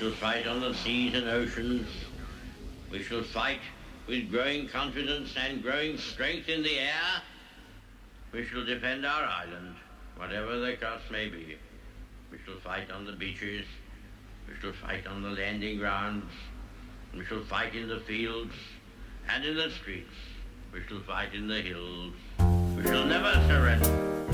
shall fight on the seas and oceans. We shall fight with growing confidence and growing strength in the air. We shall defend our island, whatever the cost may be. We shall fight on the beaches. We shall fight on the landing grounds. We shall fight in the fields and in the streets. We shall fight in the hills. We shall never surrender.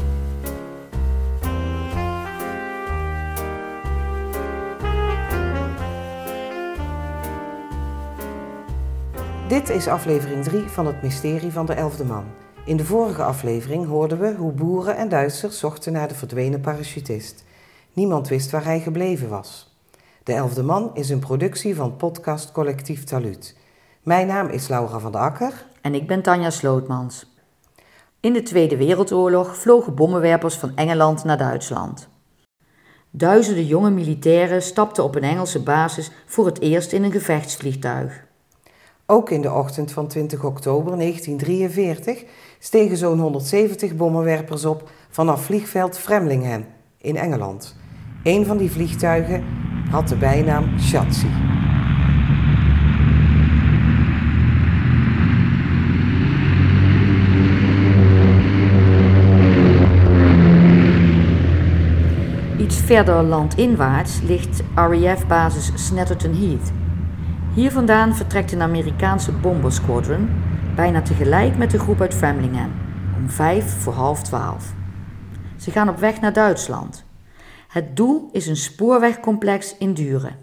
Dit is aflevering 3 van het mysterie van de 11e man. In de vorige aflevering hoorden we hoe boeren en Duitsers zochten naar de verdwenen parachutist. Niemand wist waar hij gebleven was. De 11e man is een productie van podcast Collectief Talud. Mijn naam is Laura van der Akker. En ik ben Tanja Slootmans. In de Tweede Wereldoorlog vlogen bommenwerpers van Engeland naar Duitsland. Duizenden jonge militairen stapten op een Engelse basis voor het eerst in een gevechtsvliegtuig. Ook in de ochtend van 20 oktober 1943 stegen zo'n 170 bommenwerpers op vanaf vliegveld Framlingham in Engeland. Een van die vliegtuigen had de bijnaam Schatzi. Iets verder landinwaarts ligt RAF-basis Snetterton Heath. Hier vandaan vertrekt een Amerikaanse bombersquadron, bijna tegelijk met de groep uit Framlingham, om 11:55. Ze gaan op weg naar Duitsland. Het doel is een spoorwegcomplex in Düren.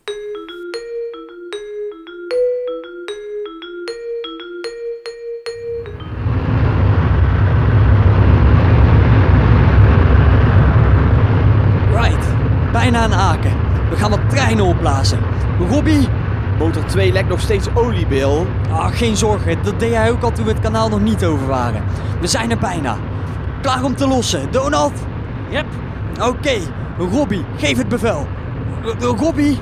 Right, bijna aan Aken. We gaan wat treinen opblazen. Robbie? Motor 2 lekt nog steeds olie, Bill. Geen zorgen, dat deed hij ook al toen we het kanaal nog niet over waren. We zijn er bijna. Klaar om te lossen, Donald? Yep. Oké, Robbie, geef het bevel. Robbie?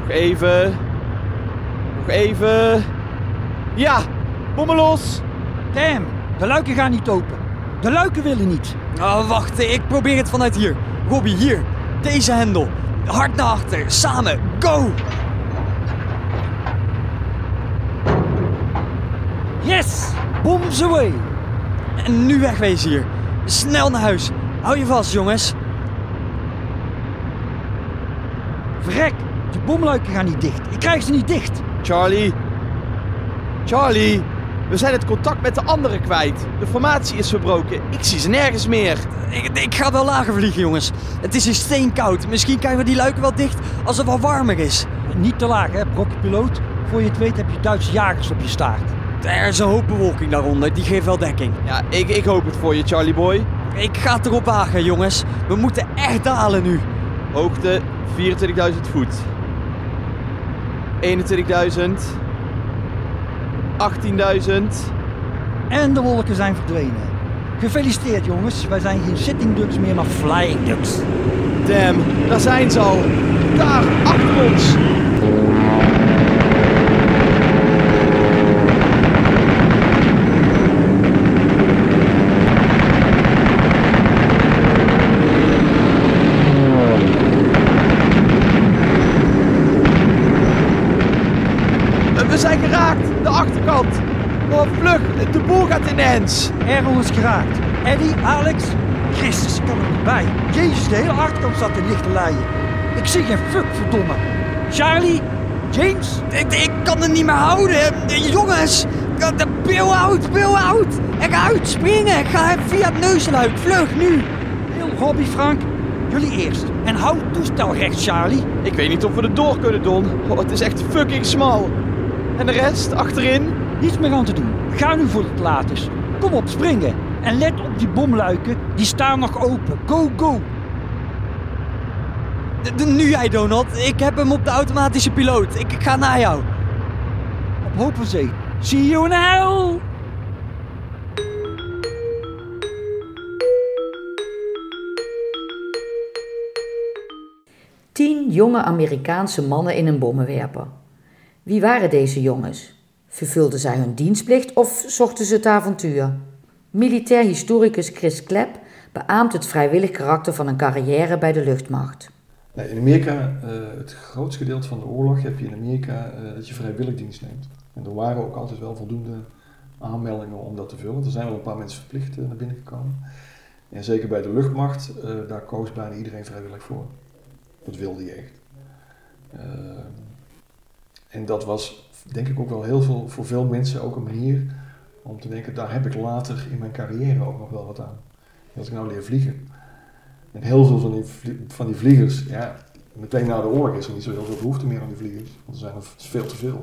Nog even. Ja, bommen los. Damn, de luiken gaan niet open. De luiken willen niet. Wacht, ik probeer het vanuit hier. Robbie, hier. Deze hendel. Hard naar achter, samen, go! Yes, bombs away. En nu wegwezen hier. Snel naar huis. Hou je vast, jongens. Vrek, de bomluiken gaan niet dicht. Ik krijg ze niet dicht. Charlie, we zijn het contact met de anderen kwijt. De formatie is verbroken. Ik zie ze nergens meer. Ik ga wel lager vliegen, jongens. Het is hier steenkoud. Misschien krijgen we die luiken wel dicht als het wat warmer is. Niet te laag, hè, brokkenpiloot. Voor je het weet heb je Duitse jagers op je staart. Er is een hoop bewolking daaronder. Die geeft wel dekking. Ja, ik hoop het voor je, Charlie boy. Ik ga het erop wagen, jongens. We moeten echt dalen nu. Hoogte 24.000 voet. 21.000. 18.000. En de wolken zijn verdwenen. Gefeliciteerd, jongens. Wij zijn geen sitting ducks meer, maar flying ducks. Damn, daar zijn ze al. Daar, achter ons. We zijn geraakt, de achterkant. Oh, vlug, de boel gaat ineens. Errol is geraakt. Eddie, Alex, Christus, ik kan er niet bij. Jezus, de hele achterkant staat in lichte leien. Ik zie geen fuck, verdomme. Charlie, James? Ik kan het niet meer houden. Jongens, Bill out. Ik ga uitspringen. Ik ga via het neusluik. Vlug, nu. Bill, Robbie, Frank, jullie eerst. En hou het toestel recht, Charlie. Ik weet niet of we er door kunnen, Don. Oh, het is echt fucking smal. En de rest, achterin? Niets meer aan te doen. Ga nu voor het te laat is. Kom op, springen. En let op die bomluiken, die staan nog open. Go, go. Nu jij, Donald. Ik heb hem op de automatische piloot. Ik ga naar jou. Op hoop van zee. See you in hell. Jonge Amerikaanse mannen in een bommenwerper. Wie waren deze jongens? Vervulden zij hun dienstplicht of zochten ze het avontuur? Militair historicus Chris Klepp beaamt het vrijwillig karakter van een carrière bij de luchtmacht. In Amerika, het grootste gedeelte van de oorlog heb je in Amerika dat je vrijwillig dienst neemt. En er waren ook altijd wel voldoende aanmeldingen om dat te vullen. Er zijn wel een paar mensen verplicht naar binnen gekomen. En zeker bij de luchtmacht, daar koos bijna iedereen vrijwillig voor. Dat wilde je echt. En dat was denk ik ook wel heel veel, voor veel mensen ook een manier om te denken, daar heb ik later in mijn carrière ook nog wel wat aan. Als ik nou leer vliegen. En heel veel van die vliegers, ja, meteen na de oorlog is er niet zo heel veel behoefte meer aan die vliegers. Want er zijn er veel te veel.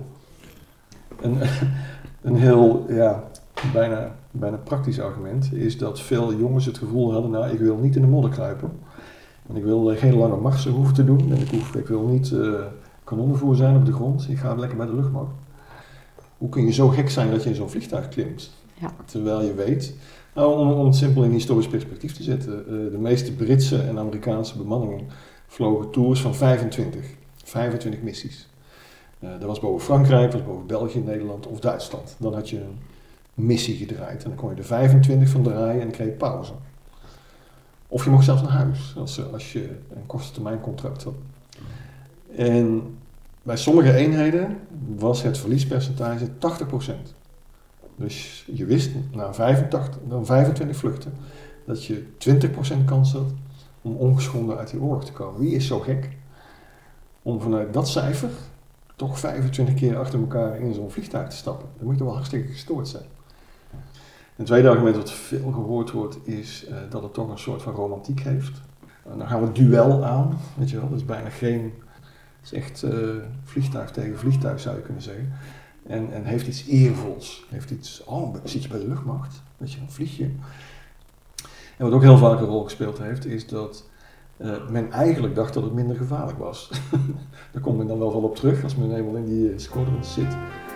Een heel, ja, bijna praktisch argument is dat veel jongens het gevoel hadden, nou, ik wil niet in de modder kruipen. En ik wil geen lange marsen hoeven te doen. En ik wil niet kanonnenvoer zijn op de grond. Ik ga lekker bij de luchtmacht. Hoe kun je zo gek zijn dat je in zo'n vliegtuig klimt? Ja. Terwijl je weet, nou, om het simpel in historisch perspectief te zetten, de meeste Britse en Amerikaanse bemanningen vlogen tours van 25 missies. Dat was boven Frankrijk, dat was boven België, Nederland of Duitsland. Dan had je een missie gedraaid en dan kon je er 25 van draaien en dan kreeg je pauze. Of je mocht zelfs naar huis, als je een korte termijn contract had. En bij sommige eenheden was het verliespercentage 80%. Dus je wist na 25 vluchten dat je 20% kans had om ongeschonden uit die oorlog te komen. Wie is zo gek om vanuit dat cijfer toch 25 keer achter elkaar in zo'n vliegtuig te stappen? Dat moet toch wel hartstikke gestoord zijn. Een tweede argument wat veel gehoord wordt is dat het toch een soort van romantiek heeft. Dan gaan we het duel aan, weet je wel, dat is bijna geen, het is echt vliegtuig tegen vliegtuig zou je kunnen zeggen. En heeft iets eervols, heeft iets, zit je bij de luchtmacht, weet je, dan vlieg je. En wat ook heel vaak een rol gespeeld heeft, is dat men eigenlijk dacht dat het minder gevaarlijk was. Daar komt men dan wel op terug als men eenmaal in die squadrons zit.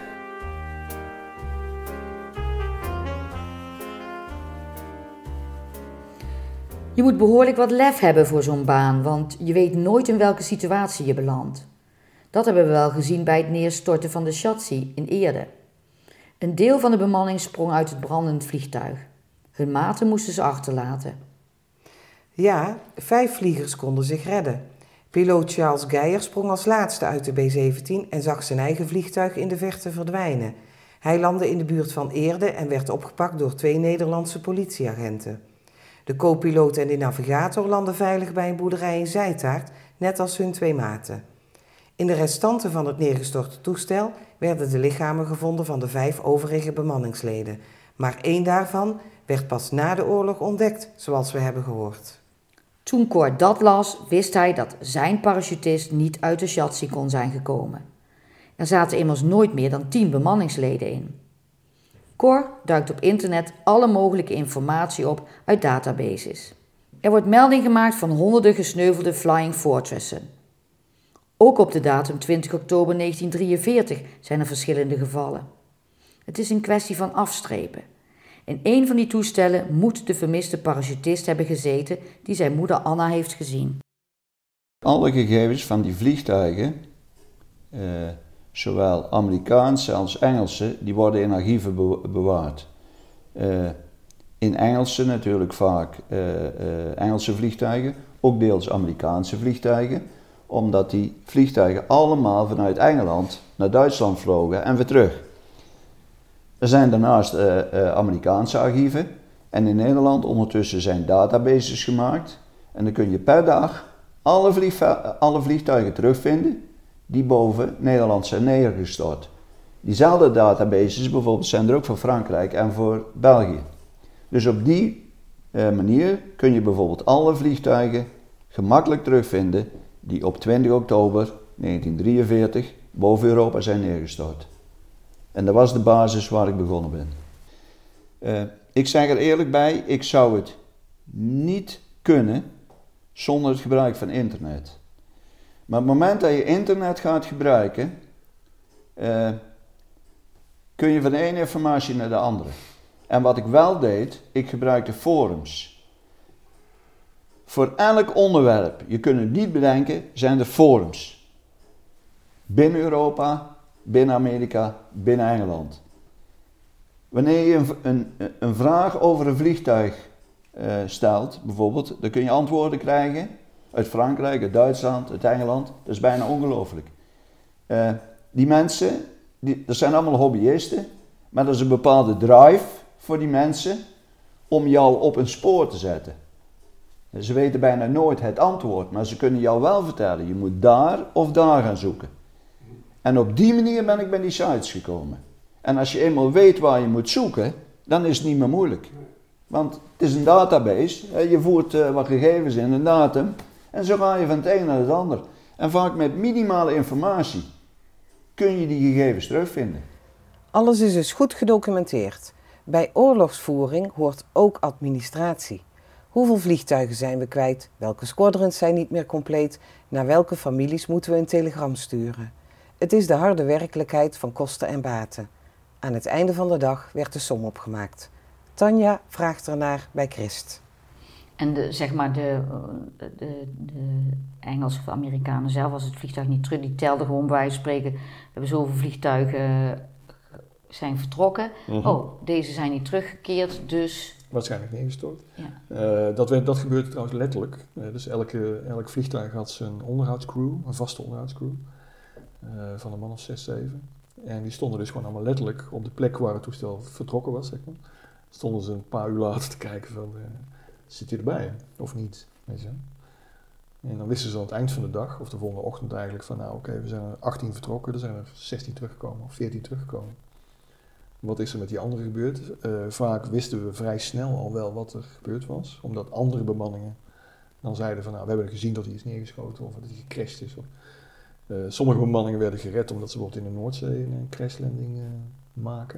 Je moet behoorlijk wat lef hebben voor zo'n baan, want je weet nooit in welke situatie je belandt. Dat hebben we wel gezien bij het neerstorten van de Schatzi in Eerde. Een deel van de bemanning sprong uit het brandend vliegtuig. Hun maten moesten ze achterlaten. Ja, 5 vliegers konden zich redden. Piloot Charles Geyer sprong als laatste uit de B-17 en zag zijn eigen vliegtuig in de verte verdwijnen. Hij landde in de buurt van Eerde en werd opgepakt door 2 Nederlandse politieagenten. De co-piloot en de navigator landden veilig bij een boerderij in Zijtaart, net als hun 2 maten. In de restanten van het neergestorte toestel werden de lichamen gevonden van de 5 overige bemanningsleden. Maar 1 daarvan werd pas na de oorlog ontdekt, zoals we hebben gehoord. Toen Cor dat las, wist hij dat zijn parachutist niet uit de Schatzi kon zijn gekomen. Er zaten immers nooit meer dan 10 bemanningsleden in. Cor duikt op internet alle mogelijke informatie op uit databases. Er wordt melding gemaakt van honderden gesneuvelde Flying Fortressen. Ook op de datum 20 oktober 1943 zijn er verschillende gevallen. Het is een kwestie van afstrepen. In een van die toestellen moet de vermiste parachutist hebben gezeten die zijn moeder Anna heeft gezien. Alle gegevens van die vliegtuigen, zowel Amerikaanse als Engelse, die worden in archieven bewaard. In Engelse natuurlijk vaak Engelse vliegtuigen, ook deels Amerikaanse vliegtuigen, omdat die vliegtuigen allemaal vanuit Engeland naar Duitsland vlogen en weer terug. Er zijn daarnaast Amerikaanse archieven en in Nederland ondertussen zijn databases gemaakt en dan kun je per dag alle vliegtuigen terugvinden die boven Nederland zijn neergestort. Diezelfde databases bijvoorbeeld zijn er ook voor Frankrijk en voor België. Dus op die manier kun je bijvoorbeeld alle vliegtuigen gemakkelijk terugvinden die op 20 oktober 1943 boven Europa zijn neergestort. En dat was de basis waar ik begonnen ben. Ik zeg er eerlijk bij, ik zou het niet kunnen zonder het gebruik van internet. Maar op het moment dat je internet gaat gebruiken, kun je van de ene informatie naar de andere. En wat ik wel deed, ik gebruikte forums. Voor elk onderwerp, je kunt het niet bedenken, zijn er forums. Binnen Europa, binnen Amerika, binnen Engeland. Wanneer je een vraag over een vliegtuig stelt, bijvoorbeeld, dan kun je antwoorden krijgen uit Frankrijk, uit Duitsland, uit Engeland. Dat is bijna ongelooflijk. Die mensen, dat zijn allemaal hobbyisten, maar er is een bepaalde drive voor die mensen om jou op een spoor te zetten. Ze weten bijna nooit het antwoord, maar ze kunnen jou wel vertellen, je moet daar of daar gaan zoeken. En op die manier ben ik bij die sites gekomen. En als je eenmaal weet waar je moet zoeken, dan is het niet meer moeilijk. Want het is een database, je voert wat gegevens in, een datum, en zo ga je van het een naar het ander. En vaak met minimale informatie kun je die gegevens terugvinden. Alles is dus goed gedocumenteerd. Bij oorlogsvoering hoort ook administratie. Hoeveel vliegtuigen zijn we kwijt? Welke squadrons zijn niet meer compleet? Naar welke families moeten we een telegram sturen? Het is de harde werkelijkheid van kosten en baten. Aan het einde van de dag werd de som opgemaakt. Tanja vraagt ernaar bij Christ. En de Engelsen of Amerikanen zelf, als het vliegtuig niet terug, die telden gewoon bij wijze van spreken, we hebben zoveel vliegtuigen zijn vertrokken. Oh, deze zijn niet teruggekeerd, dus... Waarschijnlijk neergestort. Ja. Dat gebeurt trouwens letterlijk. Dus elk vliegtuig had zijn onderhoudscrew, een vaste onderhoudscrew, van een man of 6, 7. En die stonden dus gewoon allemaal letterlijk op de plek waar het toestel vertrokken was, zeg maar. Stonden ze een paar uur later te kijken van, zit u erbij of niet? Weet je? En dan wisten ze aan het eind van de dag, of de volgende ochtend eigenlijk, van nou oké, we zijn er 18 vertrokken, er zijn er 16 teruggekomen of 14 teruggekomen. Wat is er met die anderen gebeurd? Vaak wisten we vrij snel al wel wat er gebeurd was, omdat andere bemanningen dan zeiden van nou, we hebben gezien dat hij is neergeschoten of dat hij gecrashed is. Sommige bemanningen werden gered omdat ze bijvoorbeeld in de Noordzee een crashlanding maken.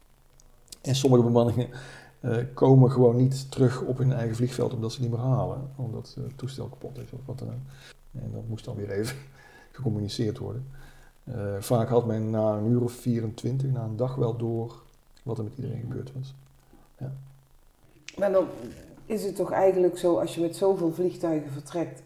En sommige bemanningen komen gewoon niet terug op hun eigen vliegveld omdat ze het niet meer halen, omdat het toestel kapot is of wat dan ook. En dat moest dan weer even gecommuniceerd worden. Vaak had men na een uur of 24, na een dag wel door wat er met iedereen gebeurd was. Ja. Maar dan is het toch eigenlijk zo, als je met zoveel vliegtuigen vertrekt,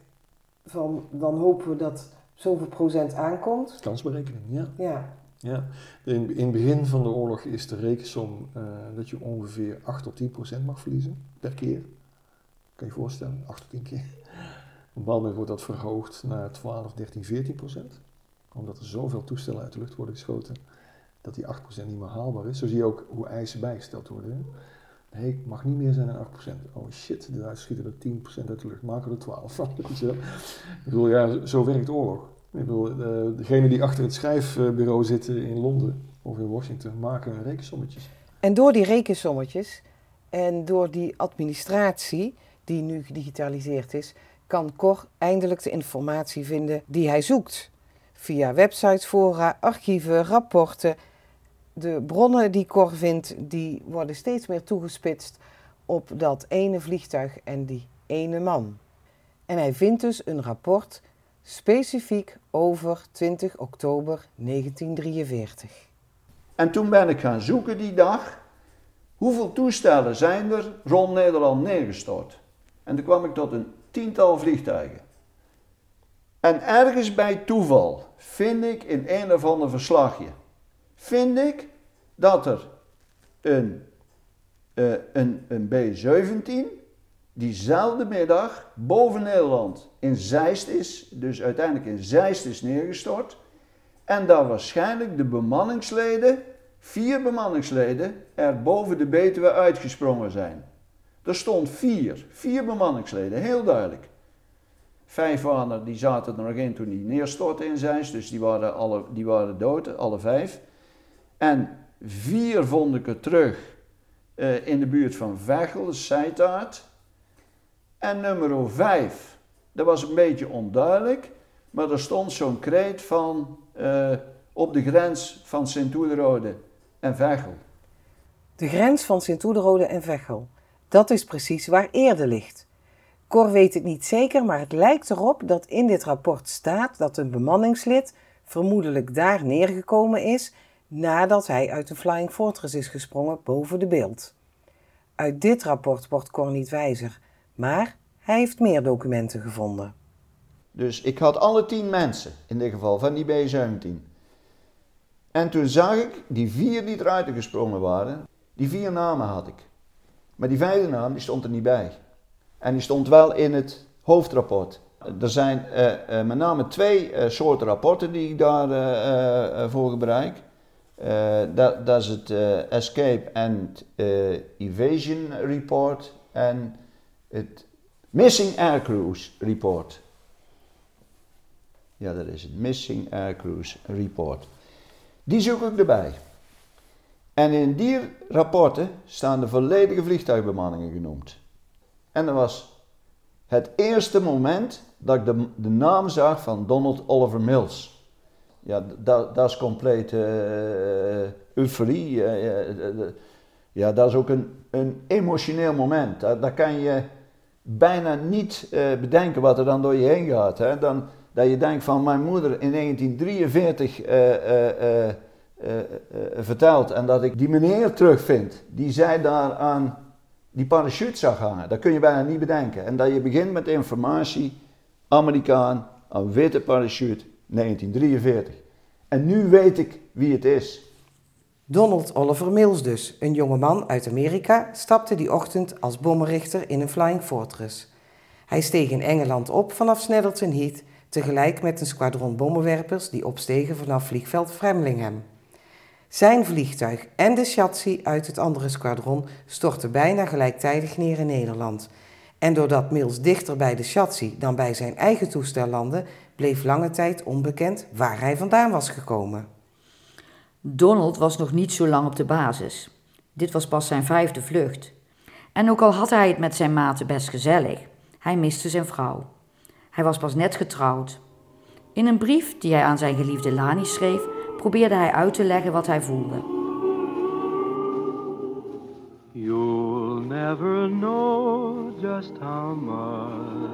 dan hopen we dat zoveel procent aankomt? Kansberekening, ja. Ja. In het begin van de oorlog is de rekensom dat je ongeveer 8 tot 10% mag verliezen per keer. Kan je je voorstellen, 8 tot 10 keer. Op een bepaald moment wordt dat verhoogd naar 12, 13, 14%. Omdat er zoveel toestellen uit de lucht worden geschoten, dat die 8% niet meer haalbaar is. Zo zie je ook hoe eisen bijgesteld worden. Nee, het mag niet meer zijn dan 8%. Oh shit, de Duitsers schieten er 10% uit de lucht, maken er 12 van. Ik bedoel, ja, zo werkt oorlog. Ik bedoel, degenen die achter het schrijfbureau zitten in Londen of in Washington maken rekensommetjes. En door die rekensommetjes en door die administratie die nu gedigitaliseerd is, kan Cor eindelijk de informatie vinden die hij zoekt. Via websites, fora, archieven, rapporten. De bronnen die Cor vindt, die worden steeds meer toegespitst op dat ene vliegtuig en die ene man. En hij vindt dus een rapport specifiek over 20 oktober 1943. En toen ben ik gaan zoeken die dag, hoeveel toestellen zijn er rond Nederland neergestort? En toen kwam ik tot een 10-tal vliegtuigen. En ergens bij toeval vind ik in een of ander verslagje, vind ik dat er een B-17 diezelfde middag boven Nederland in Zeist is, dus uiteindelijk in Zeist is neergestort. En dat waarschijnlijk de bemanningsleden, 4 bemanningsleden, er boven de Betuwe uitgesprongen zijn. Er stond 4 bemanningsleden, heel duidelijk. 5 waren er, die zaten er nog in toen die neerstortte in Zeist, dus die waren dood, alle 5. En 4 vond ik er terug in de buurt van Veghel, Seitaart. En nummer 5, dat was een beetje onduidelijk, maar er stond zo'n kreet van op de grens van Sint-Oederode en Veghel. De grens van Sint-Oederode en Veghel, dat is precies waar Eerde ligt. Cor weet het niet zeker, maar het lijkt erop dat in dit rapport staat dat een bemanningslid vermoedelijk daar neergekomen is nadat hij uit de Flying Fortress is gesprongen boven de Beeld. Uit dit rapport wordt Cor niet wijzer, maar hij heeft meer documenten gevonden. Dus ik had alle 10 mensen, in dit geval van die B-17. En toen zag ik die 4 die eruit gesprongen waren, die 4 namen had ik. Maar die 5e naam die stond er niet bij. En die stond wel in het hoofdrapport. Er zijn met name 2 soorten rapporten die ik daarvoor gebruik. Dat is het Escape and Evasion Report en het Missing Aircrews Report. Ja, dat is het Missing Aircrews Report. Die zoek ik erbij. En in die rapporten staan de volledige vliegtuigbemanningen genoemd. En dat was het eerste moment dat ik de naam zag van Donald Oliver Mills. Ja, dat is compleet euforie. Ja, dat is ook een emotioneel moment. Daar kan je bijna niet bedenken wat er dan door je heen gaat. Hè? Dat je denkt van mijn moeder in 1943 verteld en dat ik die meneer terugvind die zij daar aan die parachute zag hangen. Dat kun je bijna niet bedenken. En dat je begint met informatie, Amerikaan, een witte parachute, 1943. En nu weet ik wie het is. Donald Oliver Mills dus, een jonge man uit Amerika, stapte die ochtend als bommenrichter in een Flying Fortress. Hij steeg in Engeland op vanaf Snetterton Heath, tegelijk met een squadron bommenwerpers die opstegen vanaf vliegveld Framlingham. Zijn vliegtuig en de chassis uit het andere squadron stortten bijna gelijktijdig neer in Nederland. En doordat Mills dichter bij de chassis dan bij zijn eigen toestel landde, bleef lange tijd onbekend waar hij vandaan was gekomen. Donald was nog niet zo lang op de basis. Dit was pas zijn 5e vlucht. En ook al had hij het met zijn maten best gezellig, hij miste zijn vrouw. Hij was pas net getrouwd. In een brief die hij aan zijn geliefde Lani schreef, probeerde hij uit te leggen wat hij voelde. You'll never know just how much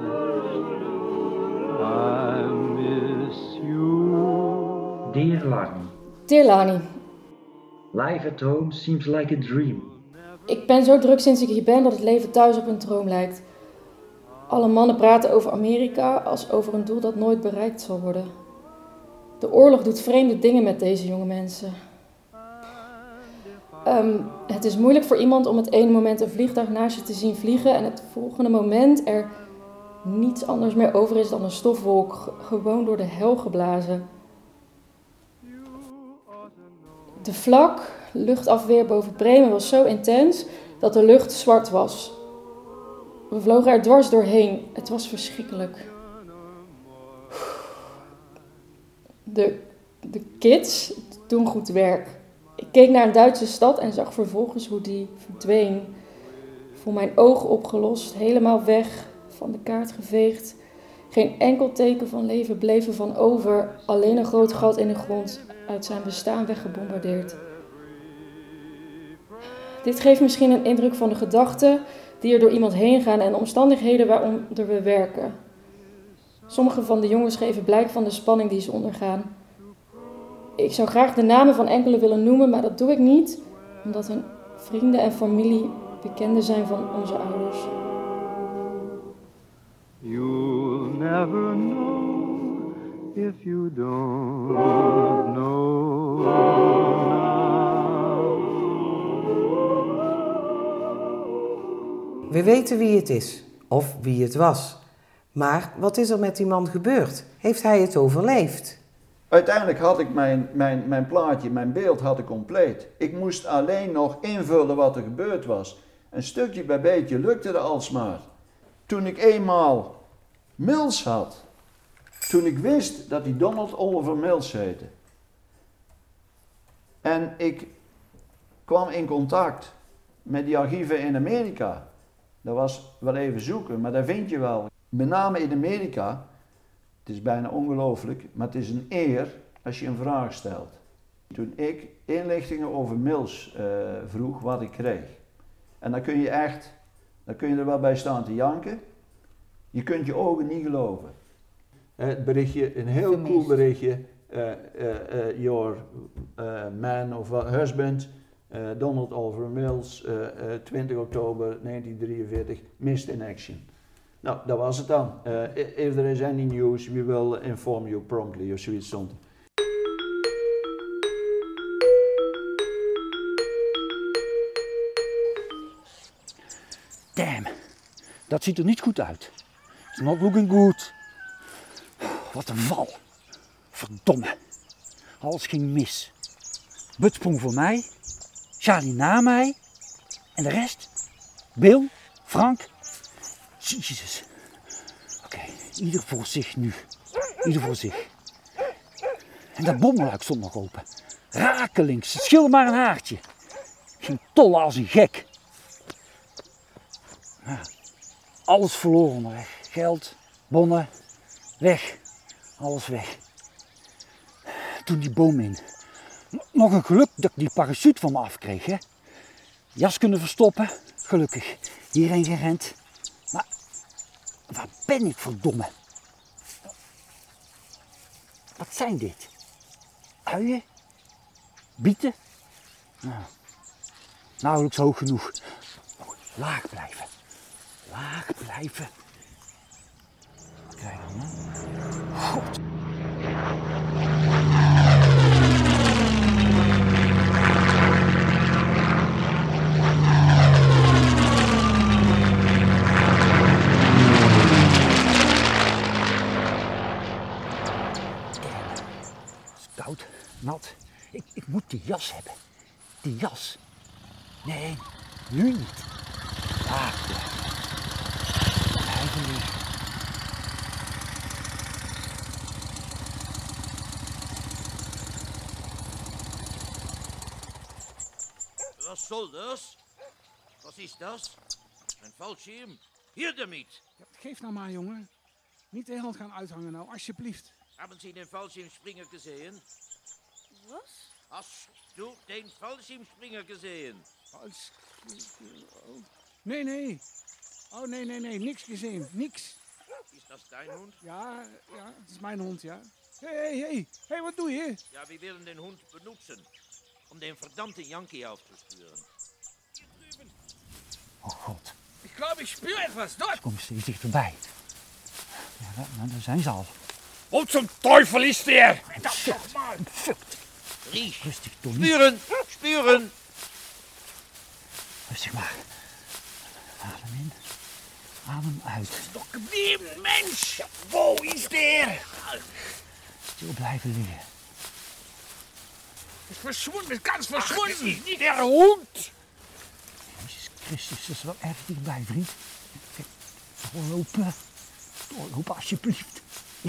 I miss you. Dear Lani. Dear Lani. Life at home seems like a dream. Ik ben zo druk sinds ik hier ben dat het leven thuis op een droom lijkt. Alle mannen praten over Amerika als over een doel dat nooit bereikt zal worden. De oorlog doet vreemde dingen met deze jonge mensen. Het is moeilijk voor iemand om het ene moment een vliegtuig naast je te zien vliegen en het volgende moment er niets anders meer over is dan een stofwolk, gewoon door de hel geblazen. De vlak luchtafweer boven Bremen was zo intens dat de lucht zwart was. We vlogen er dwars doorheen. Het was verschrikkelijk. De kids doen goed werk. Ik keek naar een Duitse stad en zag vervolgens hoe die verdween. Voor mijn ogen opgelost, helemaal weg, van de kaart geveegd. Geen enkel teken van leven bleef er van over, alleen een groot gat in de grond, uit zijn bestaan weggebombardeerd. Dit geeft misschien een indruk van de gedachten die er door iemand heen gaan en de omstandigheden waaronder we werken. Sommige van de jongens geven blijk van de spanning die ze ondergaan. Ik zou graag de namen van enkele willen noemen, maar dat doe ik niet, omdat hun vrienden en familie bekenden zijn van onze ouders. You'll never know if you don't know now. We weten wie het is, of wie het was. Maar wat is er met die man gebeurd? Heeft hij het overleefd? Uiteindelijk had ik mijn plaatje, mijn beeld had ik compleet. Ik moest alleen nog invullen wat er gebeurd was. Een stukje bij beetje lukte er alsmaar. Toen ik eenmaal Mills had, toen ik wist dat hij Donald Oliver Mills heette. En ik kwam in contact met die archieven in Amerika. Dat was wel even zoeken, maar daar vind je wel. Met name in Amerika, het is bijna ongelooflijk, maar het is een eer als je een vraag stelt. Toen ik inlichtingen over Mills vroeg, wat ik kreeg. En dan kun je er wel bij staan te janken. Je kunt je ogen niet geloven. Het berichtje, een heel cool berichtje. Your man of husband, Donald Oliver Mills, 20 oktober 1943, missed in action. Nou, dat was het dan. If there is any news, we will inform you promptly, of zoiets stond. Damn, dat ziet er niet goed uit. It's not looking good. wat een val. Verdomme. Alles ging mis. Bud sprong voor mij. Charlie na mij. En de rest? Bill? Frank? Jezus. Oké, ieder voor zich nu. Ieder voor zich. En dat bommeluik stond nog open. Rakelings, het scheelde maar een haartje. Ik ging tollen als een gek. Ja, alles verloren onderweg. Geld, bonnen, weg. Alles weg. Toen die boom in. Nog een geluk dat ik die parachute van me afkreeg, hè. Jas kunnen verstoppen, gelukkig. Hierheen gerend. Maar waar ben ik, verdomme? Wat zijn dit? Uien? Bieten? Nou, nauwelijks hoog genoeg. Laag blijven. Laag blijven. Wat krijg je dan? God. Koud, nat. Ik moet die jas hebben. Die jas. Nee, nu niet. Laag blijven. Blijven liggen. Was soll das? Was ist das? Ein Fallschirm? Hier damit! Ja, geef nou maar, jongen. Niet de hele hand gaan uithangen nou, alsjeblieft. Haben Sie den Fallschirmspringer gesehen? Was? Hast du den Fallschirmspringer gesehen? Nee. Oh, nee, niks gezien, niks. Ist das dein Hund? Ja, het is mijn hond, ja. Hey, wat doe je? Ja, wir willen den Hund benutzen, um den verdammten Yankee aufzuspüren. Oh God. Ik geloof, ik spüre etwas, dort. Ze komen steeds dichterbij. Ja, nou, daar zijn ze al. Wat zum Teufel is der? Dat toch maar. Fukt. Riech. Rustig, Tony. Spüren. Rustig maar. Adem in. Adem uit. Doch geblieben, Mensch. Wo is der? Stil blijven liggen. Is verschwunden, ganz verschwunden. Is niet der hond. Jezus Christus, dat is wel erg dichtbij, vriend. Kijk, doorlopen. Doorlopen, alsjeblieft. Ja.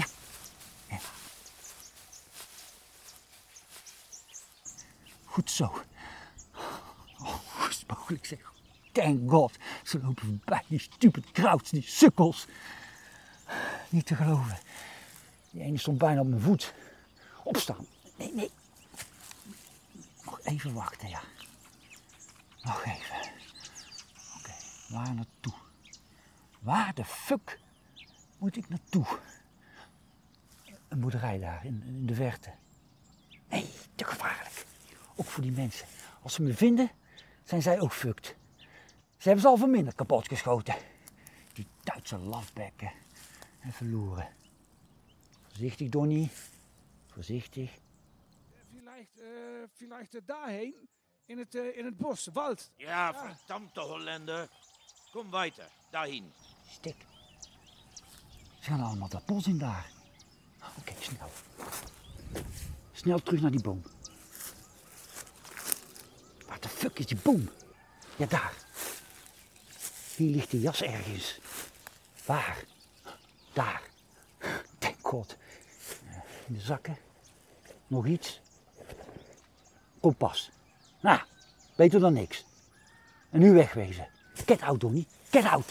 Goed zo. Oh, hoe is het mogelijk zeg. Thank God. Ze lopen voorbij, die stupid krauts, die sukkels. Niet te geloven. Die ene stond bijna op mijn voet. Opstaan. Nee. Nog even wachten, ja. Nog even. Oké, waar naartoe? Waar de fuck moet ik naartoe? Een boerderij daar, in de verte. Nee, te gevaarlijk. Ook voor die mensen. Als ze me vinden, zijn zij ook fucked. Ze hebben ze al verminderd kapot geschoten. Die Duitse lafbekken. En verloren. Voorzichtig, Donnie. Voorzichtig. Vielleicht daarheen. In het bos, Wald. Ja, verdammte Holländer. Kom weiter, dahin. Stik. Ze gaan allemaal dat bos in daar. Oké, snel. Snel terug naar die boom. Waar de fuck is die boom? Ja, daar. Hier ligt die jas ergens. Waar? Daar. Thank God. In de zakken. Nog iets. Kompas. Nou, beter dan niks. En nu wegwezen. Get out, Donnie. Get out.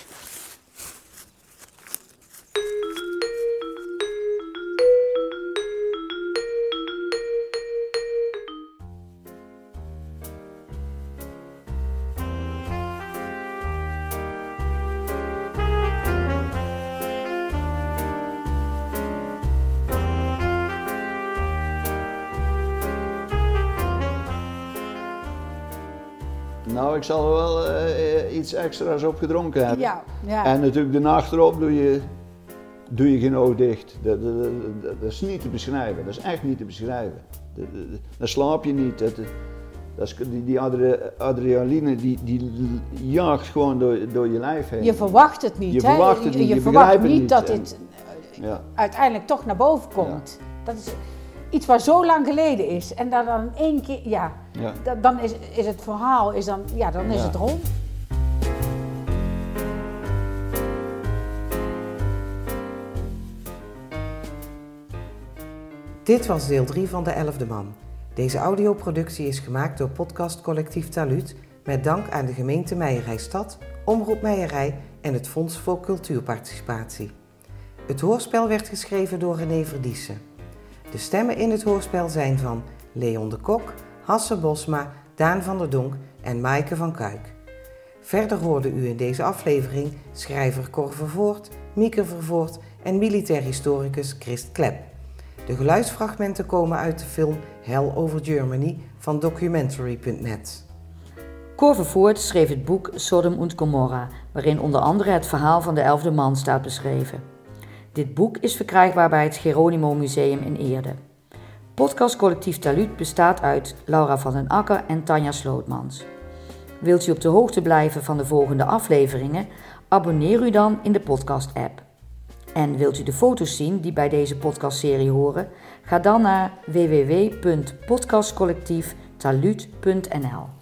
Nou, ik zal er wel iets extra's op gedronken hebben. Ja. En natuurlijk de nacht erop doe je geen oog dicht. Dat is niet te beschrijven. Dat is echt niet te beschrijven. Dan slaap je niet. Die adrenaline die jaagt gewoon door je lijf heen. Je verwacht het niet, Je hè? verwacht het niet, Je je verwacht begrijpt het niet niet. dat dit uiteindelijk toch naar boven komt. Ja. Dat is iets wat zo lang geleden is. En dan in één keer, dan is het verhaal, is het rond. Dit was deel 3 van De 11e Man. Deze audioproductie is gemaakt door podcastcollectief Taluut met dank aan de gemeente Meijerijstad, Omroep Meijerij en het Fonds voor Cultuurparticipatie. Het hoorspel werd geschreven door René Verdiessen. De stemmen in het hoorspel zijn van Leon de Kok, Hasse Bosma, Daan van der Donk en Maaike van Kuik. Verder hoorde u in deze aflevering schrijver Cor Vervoort, Mieke Vervoort en militair historicus Christ Klep. De geluidsfragmenten komen uit de film Hell Over Germany van Documentary.net. Cor Vervoort schreef het boek Sodom und Gomorra, waarin onder andere het verhaal van de 11e man staat beschreven. Dit boek is verkrijgbaar bij het Geronimo Museum in Eerde. Podcastcollectief Taluut bestaat uit Laura van den Akker en Tanja Slootmans. Wilt u op de hoogte blijven van de volgende afleveringen? Abonneer u dan in de podcast-app. En wilt u de foto's zien die bij deze podcastserie horen? Ga dan naar www.podcastcollectieftaluut.nl.